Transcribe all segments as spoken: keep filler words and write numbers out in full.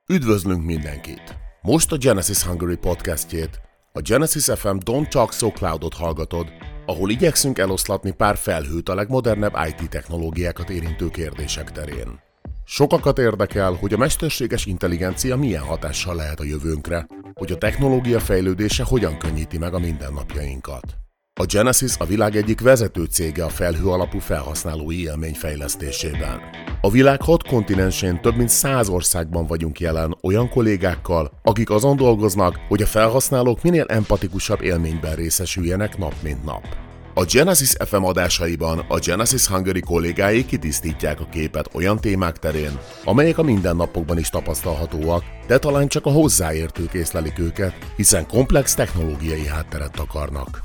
Üdvözlünk mindenkit! Most a Genesis Hungary podcastjét, a Genesis ef em Don't Talk So Cloudot hallgatod, ahol igyekszünk eloszlatni pár felhőt a legmodernebb i té technológiákat érintő kérdések terén. Sokakat érdekel, hogy a mesterséges intelligencia milyen hatással lehet a jövőnkre, hogy a technológia fejlődése hogyan könnyíti meg a mindennapjainkat. A Genesis a világ egyik vezető cége a felhő alapú felhasználói élmény fejlesztésében. A világ hat kontinensén több mint száz országban vagyunk jelen olyan kollégákkal, akik azon dolgoznak, hogy a felhasználók minél empatikusabb élményben részesüljenek nap mint nap. A Genesis ef em adásaiban a Genesis Hungary kollégái kitisztítják a képet olyan témák terén, amelyek a mindennapokban is tapasztalhatóak, de talán csak a hozzáértők észlelik őket, hiszen komplex technológiai hátteret takarnak.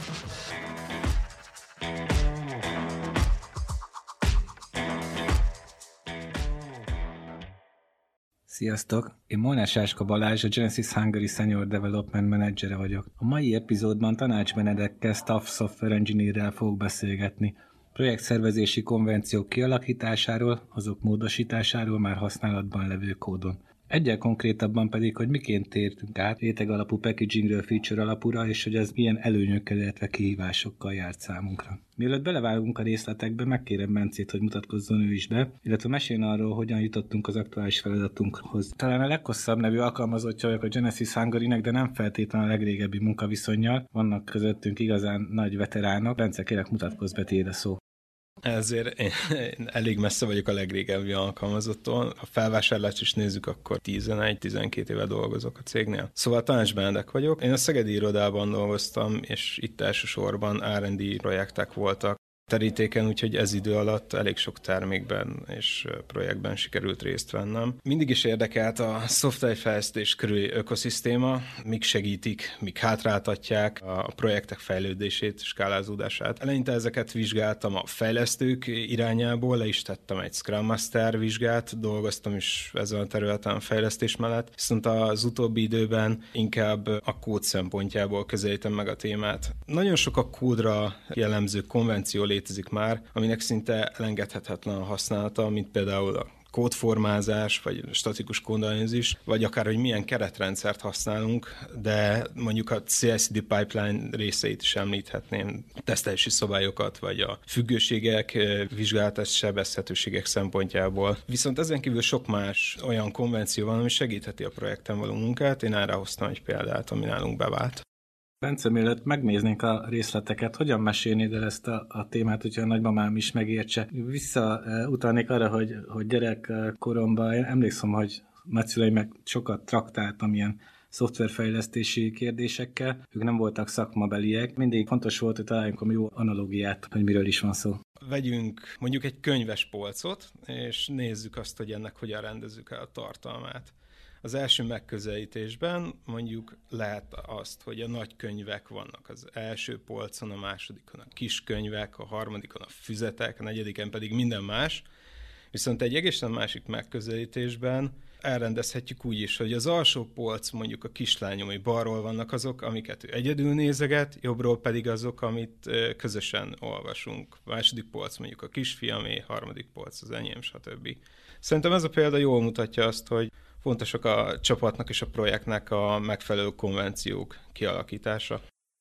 Sziasztok! Én Molnár Áska Balázs, a Genesis Hungary Senior Development Manager vagyok. A mai epizódban Tanács Benedekkel, Staff Software Engineer-rel fogok beszélgetni. Projektszervezési konvenciók kialakításáról, azok módosításáról már használatban levő kódon. Egyel konkrétabban pedig, hogy miként tértünk át réteg alapú packagingről feature alapúra, és hogy ez milyen előnyökkel, illetve kihívásokkal járt számunkra. Mielőtt belevágunk a részletekbe, megkérem Bencét, hogy mutatkozzon ő is be, illetve meséljen arról, hogyan jutottunk az aktuális feladatunkhoz. Talán a leghosszabb nevű alkalmazottja vagyok a Genesis Hungary-nek, de nem feltétlenül a legrégebbi munkaviszonnyal. Vannak közöttünk igazán nagy veteránok. Bence, kérlek, mutatkozz be, tiéd a szó. Ezért én elég messze vagyok a legrégebbi alkalmazottól. Ha felvásárlást is nézzük, akkor tizenegy-tizenkét éve dolgozok a cégnél. Szóval Tanács Benedek vagyok. Én a szegedi irodában dolgoztam, és itt elsősorban er and dé projektek voltak terítéken, úgyhogy ez idő alatt elég sok termékben és projektben sikerült részt vennem. Mindig is érdekelt a szoftverfejlesztés körüli ökoszisztéma, mik segítik, mik hátráltatják a projektek fejlődését, skálázódását. Eleinte ezeket vizsgáltam a fejlesztők irányából, le is tettem egy Scrum Master vizsgát, dolgoztam is ezen a területen a fejlesztés mellett, viszont az utóbbi időben inkább a kód szempontjából közelítem meg a témát. Nagyon sok a kódra jellemző konvenció létezik már, aminek szinte elengedhetetlen a használata, mint például a kódformázás, vagy statikus kódanalízis, vagy akár, hogy milyen keretrendszert használunk, de mondjuk a cé i cé dé pipeline részeit is említhetném, tesztelési szabályokat, vagy a függőségek, vizsgálatos sebezhetőségek szempontjából. Viszont ezen kívül sok más olyan konvenció van, ami segítheti a projekten való munkát. Én erre hoztam egy példát, ami nálunk bevált. Bence, mielőtt megnéznénk a részleteket, hogyan mesélnéd el ezt a, a témát, hogyha a nagymamám is megértse? Visszautalnék arra, hogy, hogy gyerekkoromban emlékszem, hogy nagyszüleim sokat traktáltam ilyen szoftverfejlesztési kérdésekkel. Ők nem voltak szakmabeliek. Mindig fontos volt, hogy találjunk a jó analógiát, hogy miről is van szó. Vegyünk mondjuk egy könyves polcot, és nézzük azt, hogy ennek hogyan rendezzük el a tartalmát. Az első megközelítésben mondjuk lehet azt, hogy a nagy könyvek vannak az első polcon, a másodikon a kis könyvek, a harmadikon a füzetek, a negyediken pedig minden más. Viszont egy egészen másik megközelítésben elrendezhetjük úgy is, hogy az alsó polc mondjuk a kislányomai balról vannak azok, amiket ő egyedül nézeget, jobbról pedig azok, amit közösen olvasunk. A második polc mondjuk a kisfiamé, harmadik polc az enyém, stb. Szerintem ez a példa jól mutatja azt, hogy fontosak a csapatnak és a projektnek a megfelelő konvenciók kialakítása.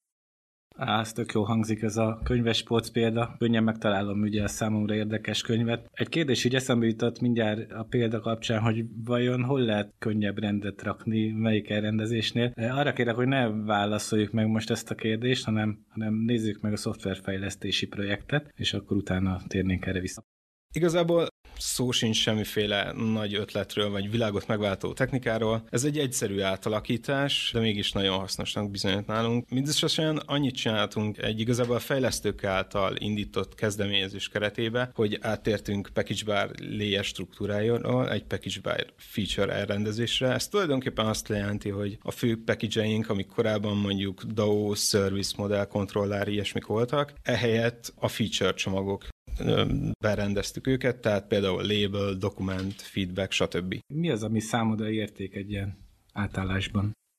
Á, ez tök jó hangzik ez a könyves polc példa. Könnyen megtalálom ugye a számomra érdekes könyvet. Egy kérdés így eszembe jutott mindjárt a példa kapcsán, hogy vajon hol lehet könnyebb rendet rakni, melyik elrendezésnél. Arra kérek, hogy ne válaszoljuk meg most ezt a kérdést, hanem, hanem nézzük meg a szoftverfejlesztési projektet, és akkor utána térnénk erre vissza. Igazából szó sincs semmiféle nagy ötletről, vagy világot megváltó technikáról. Ez egy egyszerű átalakítás, de mégis nagyon hasznosnak bizonyult nálunk. Mindösszesen annyit csináltunk egy igazából a fejlesztők által indított kezdeményezés keretébe, hogy áttértünk package-bar layer struktúrájáról egy package-bar feature elrendezésre. Ez tulajdonképpen azt jelenti, hogy a fő package-eink, amik korábban mondjuk dé á o, Service Model Controller, ilyesmik voltak, ehelyett a feature csomagok berendeztük őket, tehát például label, dokument, feedback, stb. Mi az, ami számodra érték egy ilyen átállásban?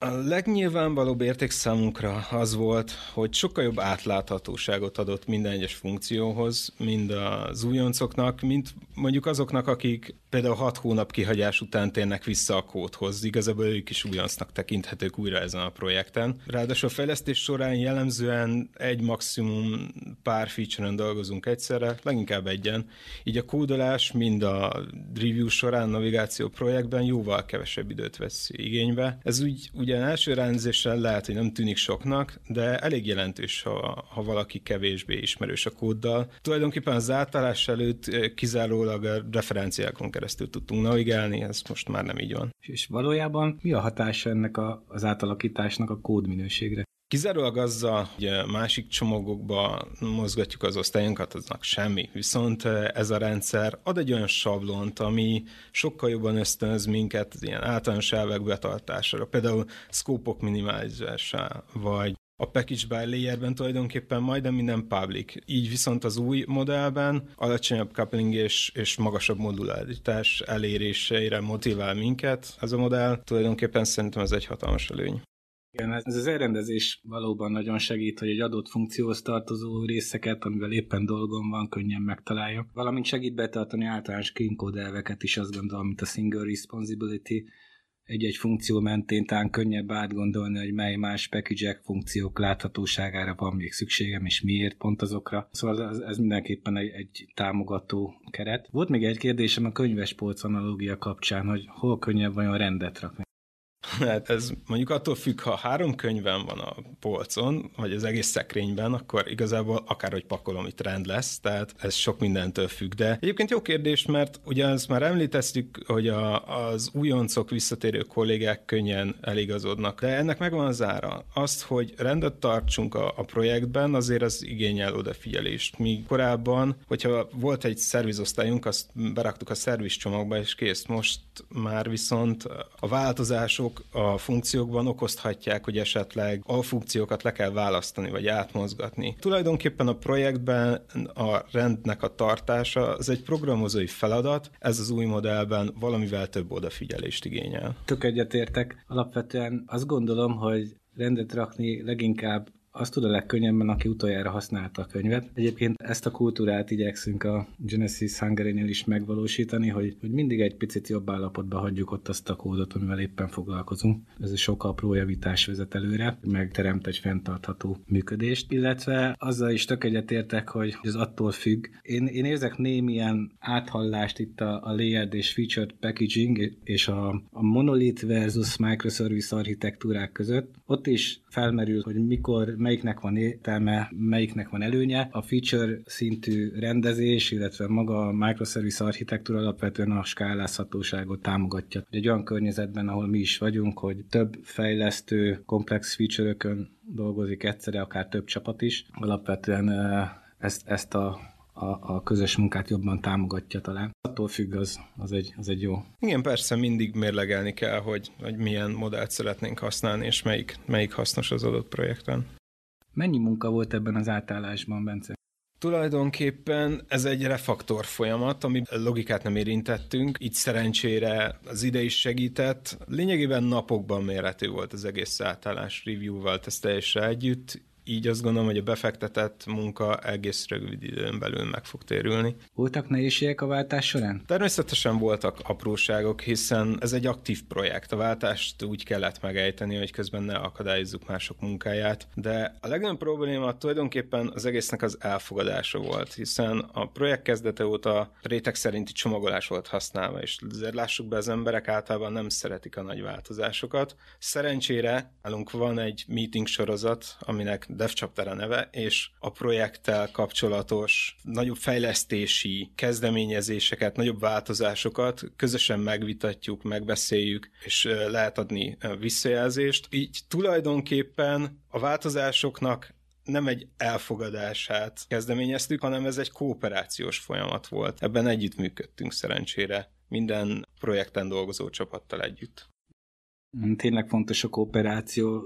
A legnyilvánvalóbb érték számunkra az volt, hogy sokkal jobb átláthatóságot adott minden egyes funkcióhoz, mind az újoncoknak, mint mondjuk azoknak, akik például hat hónap kihagyás után térnek vissza a kódhoz. Igazából ők is újoncnak tekinthetők újra ezen a projekten. Ráadásul a fejlesztés során jellemzően egy maximum pár feature-en dolgozunk egyszerre, leginkább egyen. Így a kódolás mind a review során, navigáció projektben jóval kevesebb időt vesz igénybe. Ez úgy ugye első ránézéssel lehet, hogy nem tűnik soknak, de elég jelentős, ha, ha valaki kevésbé ismerős a kóddal. Tulajdonképpen az átállás előtt kizárólag a referenciákon keresztül tudtunk navigálni, ez most már nem így van. És valójában mi a hatása ennek a, az átalakításnak a kódminőségre? Kizárólag azzal, hogy másik csomagokba mozgatjuk az osztályunkat, aznak semmi. Viszont ez a rendszer ad egy olyan sablont, ami sokkal jobban ösztönöz minket az ilyen általános elvek betartására. Például szkópok minimalizása, vagy a package by layerben tulajdonképpen majdnem minden public. Így viszont az új modellben alacsonyabb coupling és, és magasabb modularitás eléréseire motivál minket. Ez a modell tulajdonképpen szerintem ez egy hatalmas előny. Igen, ez az elrendezés valóban nagyon segít, hogy egy adott funkcióhoz tartozó részeket, amivel éppen dolgom van, könnyen megtaláljam. Valamint segít betartani általános clean code elveket is, azt gondolom, mint a single responsibility. Egy-egy funkció mentén talán könnyebb átgondolni, hogy mely más package-ek, funkciók láthatóságára van még szükségem, és miért pont azokra. Szóval ez, ez mindenképpen egy, egy támogató keret. Volt még egy kérdésem a könyvespolc analógia kapcsán, hogy hol könnyebb vajon rendet rakni. Hát ez mondjuk attól függ, ha három könyvem van a polcon, vagy az egész szekrényben, akkor igazából akárhogy pakolom, itt rend lesz, tehát ez sok mindentől függ. De egyébként jó kérdés, mert ugyanaz már említettük, hogy a, az újoncok, visszatérő kollégák könnyen eligazodnak, de ennek megvan az ára. Azt, hogy rendet tartsunk a, a projektben, azért az igényel odafigyelést. Míg korábban, hogyha volt egy szervizosztályunk, azt beraktuk a szerviz csomagba, és kész. Most már viszont a változások a funkciókban okozhatják, hogy esetleg a funkciókat le kell választani, vagy átmozgatni. Tulajdonképpen a projektben a rendnek a tartása az egy programozói feladat, ez az új modellben valamivel több odafigyelést igényel. Tök egyetértek. Alapvetően azt gondolom, hogy rendet rakni leginkább azt tud a legkönnyebben, aki utoljára használta a könyvet. Egyébként ezt a kultúrát igyekszünk a Genesis Hungary-nél is megvalósítani, hogy, hogy mindig egy picit jobb állapotban hagyjuk ott azt a kódot, amivel éppen foglalkozunk. Ez a sok apró javítás vezet előre, meg teremt egy fenntartható működést. Illetve azzal is tök egyetértek, hogy ez attól függ. Én, én érzek némilyen áthallást itt a, a layered és featured packaging és a, a monolith versus microservice architektúrák között. Ott is felmerül, hogy mikor melyiknek van értelme, melyiknek van előnye. A feature szintű rendezés, illetve maga a microservice architektúra alapvetően a skálázhatóságot támogatja. Egy olyan környezetben, ahol mi is vagyunk, hogy több fejlesztő, komplex feature-ökön dolgozik egyszerre, akár több csapat is. Alapvetően ezt, ezt a A, a közös munkát jobban támogatja talán. Attól függ, az, az, egy, az egy jó. Igen, persze mindig mérlegelni kell, hogy, hogy milyen modellt szeretnénk használni, és melyik, melyik hasznos az adott projekten. Mennyi munka volt ebben az átállásban, Bence? Tulajdonképpen ez egy refaktor folyamat, ami logikát nem érintettünk, így szerencsére az ide is segített. Lényegében napokban mérhető volt az egész átállás review-val teszteléssel együtt, így azt gondolom, hogy a befektetett munka egész rövid időn belül meg fog térülni. Voltak nehézségek a váltás során? Természetesen voltak apróságok, hiszen ez egy aktív projekt. A váltást úgy kellett megejteni, hogy közben ne akadályozzuk mások munkáját. De a legnagyobb probléma tulajdonképpen az egésznek az elfogadása volt, hiszen a projekt kezdete óta réteg szerinti csomagolás volt használva, és azért lássuk be, az emberek általában nem szeretik a nagy változásokat. Szerencsére nálunk van egy meeting sorozat, aminek DevChapter a neve, és a projekttel kapcsolatos nagyobb fejlesztési kezdeményezéseket, nagyobb változásokat közösen megvitatjuk, megbeszéljük, és lehet adni visszajelzést. Így tulajdonképpen a változásoknak nem egy elfogadását kezdeményeztük, hanem ez egy kooperációs folyamat volt. Ebben együttműködtünk szerencsére minden projekten dolgozó csapattal együtt. Tényleg fontos a kooperáció.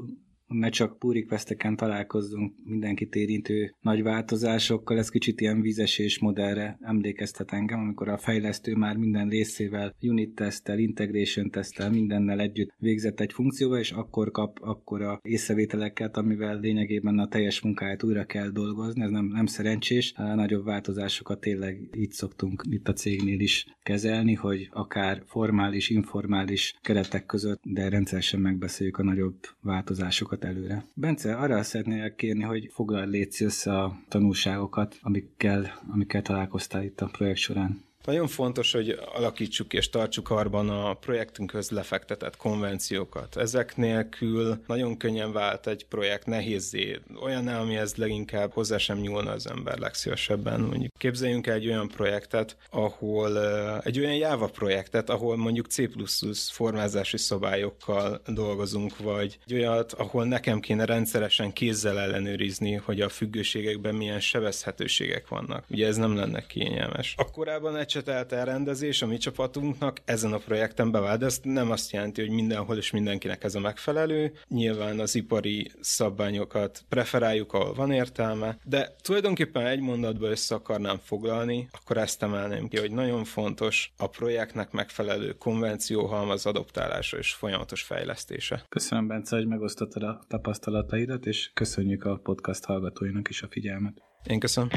ne csak pull requesteken találkozzunk mindenkit érintő nagy változásokkal, ez kicsit ilyen vízesés modellre emlékeztet engem, amikor a fejlesztő már minden részével unit tesztel, integration tesztel, mindennel együtt végzett egy funkcióval, és akkor kap akkora észrevételeket, amivel lényegében a teljes munkáját újra kell dolgozni, ez nem, nem szerencsés. A nagyobb változásokat tényleg így szoktunk itt a cégnél is kezelni, hogy akár formális, informális keretek között, de rendszeresen megbeszéljük a nagyobb változásokat előre. Bence, arra szeretnél kérni, hogy foglalj légy össze a tanulságokat, amikkel, amikkel találkoztál itt a projekt során. Nagyon fontos, hogy alakítsuk és tartsuk karban a projektünkhöz lefektetett konvenciókat. Ezek nélkül nagyon könnyen vált egy projekt nehézzé, olyan, amihez leginkább hozzá sem nyúlna az ember legszívesebben. Mondjuk képzeljünk egy olyan projektet, ahol egy olyan Java projektet, ahol mondjuk C plusz plusz formázási szabályokkal dolgozunk, vagy egy olyat, ahol nekem kéne rendszeresen kézzel ellenőrizni, hogy a függőségekben milyen sebezhetőségek vannak. Ugye ez nem lenne kényelmes. Akkorában egy csetelt elrendezés a mi csapatunknak ezen a projekten bevált, de ez nem azt jelenti, hogy mindenhol és mindenkinek ez a megfelelő. Nyilván az ipari szabványokat preferáljuk, ahol van értelme, de tulajdonképpen egy mondatba össze akarnám foglalni, akkor ezt emelném ki, hogy nagyon fontos a projektnek megfelelő konvencióhalmaz adoptálása és folyamatos fejlesztése. Köszönöm, Bence, hogy megosztottad a tapasztalataidat, és köszönjük a podcast hallgatóinak is a figyelmet. Én köszönöm.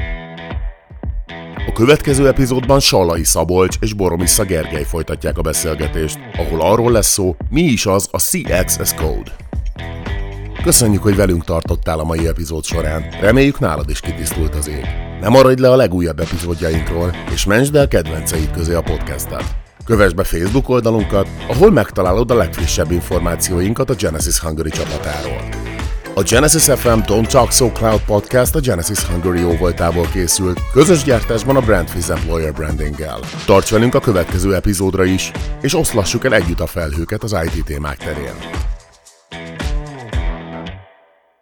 A következő epizódban Sallai Szabolcs és Boromissza Gergely folytatják a beszélgetést, ahol arról lesz szó, mi is az a C X as Code. Köszönjük, hogy velünk tartottál a mai epizód során, reméljük nálad is kitisztult az ég. Ne maradj le a legújabb epizódjainkról, és mentsd el kedvenceid közé a podcastet. Kövess be Facebook oldalunkat, ahol megtalálod a legfrissebb információinkat a Genesys Hungary csapatáról. A Genesys ef em Don't Talk So Cloud podcast a Genesys Hungary jóvoltából készült, közös gyártásban a Brandfiz Employer Brandinggel. Tarts velünk a következő epizódra is, és oszlassuk el együtt a felhőket az i té témák terén.